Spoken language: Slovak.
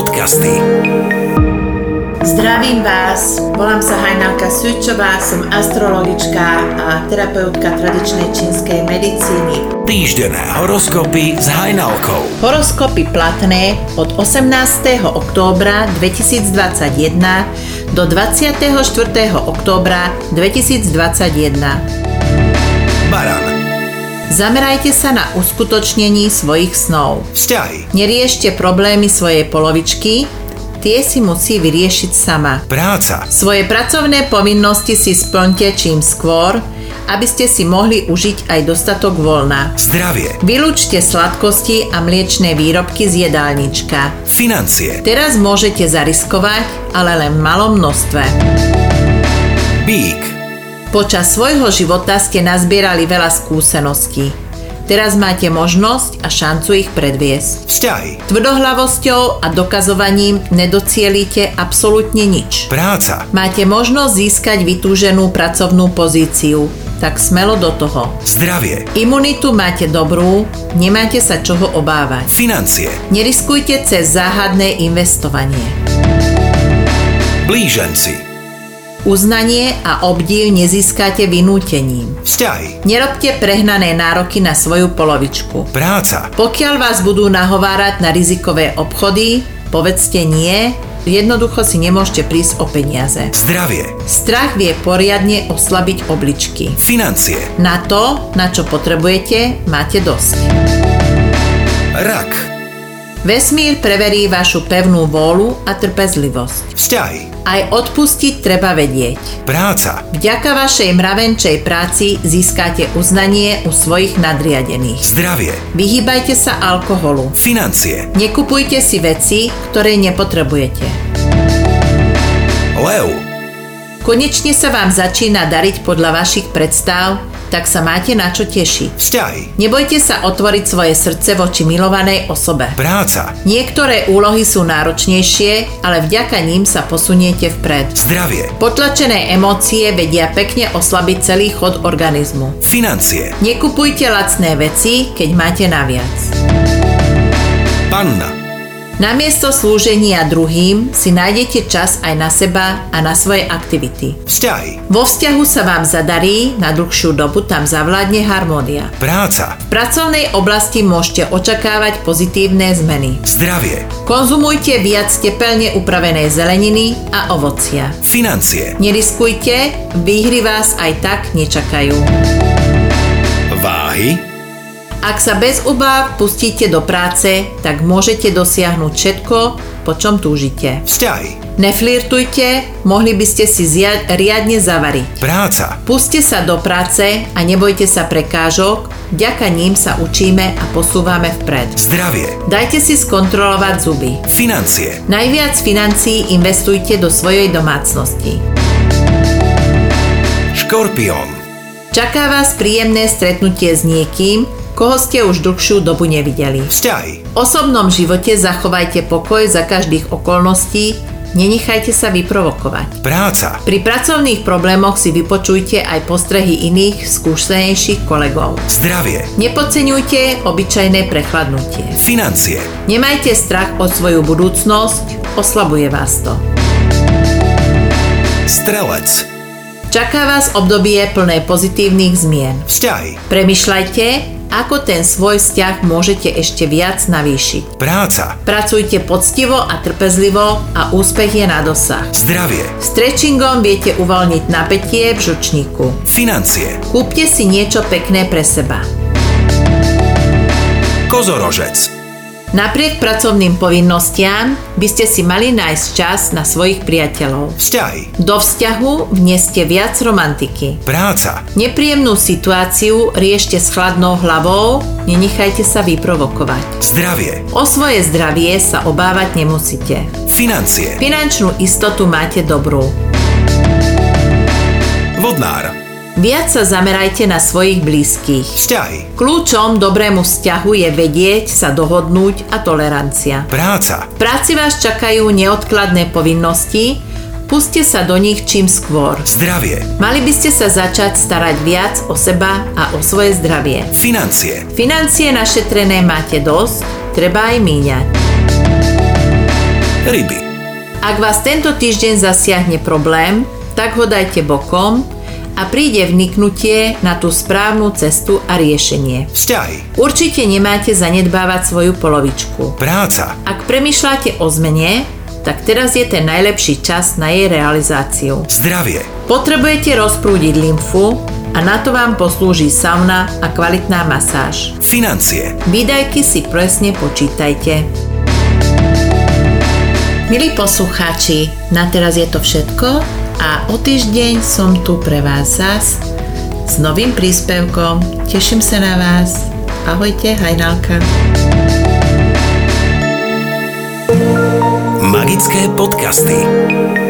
podcasty. Zdravím vás, volám sa Hajnalka Sučová, som astrologička a terapeutka tradičnej čínskej medicíny. Týždenné horoskopy s Hajnalkou. Horoskopy platné od 18. októbra 2021 do 24. októbra 2021. Baran. Zamerajte sa na uskutočnení svojich snov. Vzťahy. Neriešte problémy svojej polovičky, tie si musí vyriešiť sama. Práca. Svoje pracovné povinnosti si splňte čím skôr, aby ste si mohli užiť aj dostatok voľna. Zdravie. Vylúčte sladkosti a mliečne výrobky z jedálnička. Financie. Teraz môžete zariskovať, ale len v malom množstve. Bík. Počas svojho života ste nazbierali veľa skúseností. Teraz máte možnosť a šancu ich predviesť. Vzťahy. Tvrdohlavosťou a dokazovaním nedocielite absolútne nič. Práca. Máte možnosť získať vytúženú pracovnú pozíciu, tak smelo do toho. Zdravie. Imunitu máte dobrú, nemáte sa čoho obávať. Financie. Neriskujte cez záhadné investovanie. Blíženci. Uznanie a obdiv nezískate vynútením. Vzťahy. Nerobte prehnané nároky na svoju polovičku. Práca. Pokiaľ vás budú nahovárať na rizikové obchody, povedzte nie, jednoducho si nemôžete prísť o peniaze. Zdravie. Strach vie poriadne oslabiť obličky. Financie. Na to, na čo potrebujete, máte dosť. Rak. Vesmír preverí vašu pevnú vôľu a trpezlivosť. Vzťahy. Aj odpustiť treba vedieť. Práca. Vďaka vašej mravenčej práci získate uznanie u svojich nadriadených. Zdravie. Vyhýbajte sa alkoholu. Financie. Nekupujte si veci, ktoré nepotrebujete. Lev. Konečne sa vám začína dariť podľa vašich predstav, tak sa máte na čo tešiť. Vzťahy. Nebojte sa otvoriť svoje srdce voči milovanej osobe. Práca. Niektoré úlohy sú náročnejšie, ale vďaka ním sa posuniete vpred. Zdravie. Potlačené emócie vedia pekne oslabiť celý chod organizmu. Financie. Nekupujte lacné veci, keď máte naviac. Panna. Namiesto slúženia druhým si nájdete čas aj na seba a na svoje aktivity. Vzťahy. Vo vzťahu sa vám zadarí, na dlhšiu dobu tam zavládne harmónia. Práca. V pracovnej oblasti môžete očakávať pozitívne zmeny. Zdravie. Konzumujte viac tepelne upravenej zeleniny a ovocia. Financie. Neriskujte, výhry vás aj tak nečakajú. Váhy. Ak sa bez obáv pustíte do práce, tak môžete dosiahnuť všetko, po čom túžite. Vzťahy. Neflirtujte, mohli by ste si riadne zavariť. Práca. Puste sa do práce a nebojte sa prekážok, vďaka ním sa učíme a posúvame vpred. Zdravie. Dajte si skontrolovať zuby. Financie. Najviac financií investujte do svojej domácnosti. Škorpión. Čaká vás príjemné stretnutie s niekým, koho ste už dlhšiu dobu nevideli. Vzťahy. V osobnom živote zachovajte pokoj za každých okolností, nenechajte sa vyprovokovať. Práca. Pri pracovných problémoch si vypočujte aj postrehy iných skúsenejších kolegov. Zdravie. Nepodceňujte obyčajné prechladnutie. Financie. Nemajte strach o svoju budúcnosť, oslabuje vás to. Strelec. Čaká vás obdobie plné pozitívnych zmien. Vzťahy. Premýšľajte, ako ten svoj vzťah môžete ešte viac navýšiť. Práca. Pracujte poctivo a trpezlivo a úspech je na dosah. Zdravie. Stretchingom viete uvoľniť napätie v žlčníku. Financie. Kúpte si niečo pekné pre seba. Kozorožec. Napriek pracovným povinnostiam by ste si mali nájsť čas na svojich priateľov. Vzťahy. Do vzťahu vneste viac romantiky. Práca. Nepríjemnú situáciu riešte s chladnou hlavou, nenechajte sa vyprovokovať. Zdravie. O svoje zdravie sa obávať nemusíte. Financie. Finančnú istotu máte dobrú. Vodnár. Viac sa zamerajte na svojich blízkych. Vzťahy. Kľúčom dobrému vzťahu je vedieť sa dohodnúť a tolerancia. Práca. V práci vás čakajú neodkladné povinnosti, puste sa do nich čím skôr. Zdravie. Mali by ste sa začať starať viac o seba a o svoje zdravie. Financie. Financie našetrené máte dosť, treba aj míňať. Ryby. Ak vás tento týždeň zasiahne problém, tak ho dajte bokom a príde vniknutie na tú správnu cestu a riešenie. Vzťahy. Určite nemáte zanedbávať svoju polovičku. Práca. Ak premýšľate o zmene, tak teraz je ten najlepší čas na jej realizáciu. Zdravie. Potrebujete rozprúdiť lymfu a na to vám poslúži sauna a kvalitná masáž. Financie. Výdajky si presne počítajte. Milí poslucháči, na teraz je to všetko a o týždeň som tu pre vás zas s novým príspevkom. Teším sa na vás. Ahojte, Hajnalka. Magické podcasty.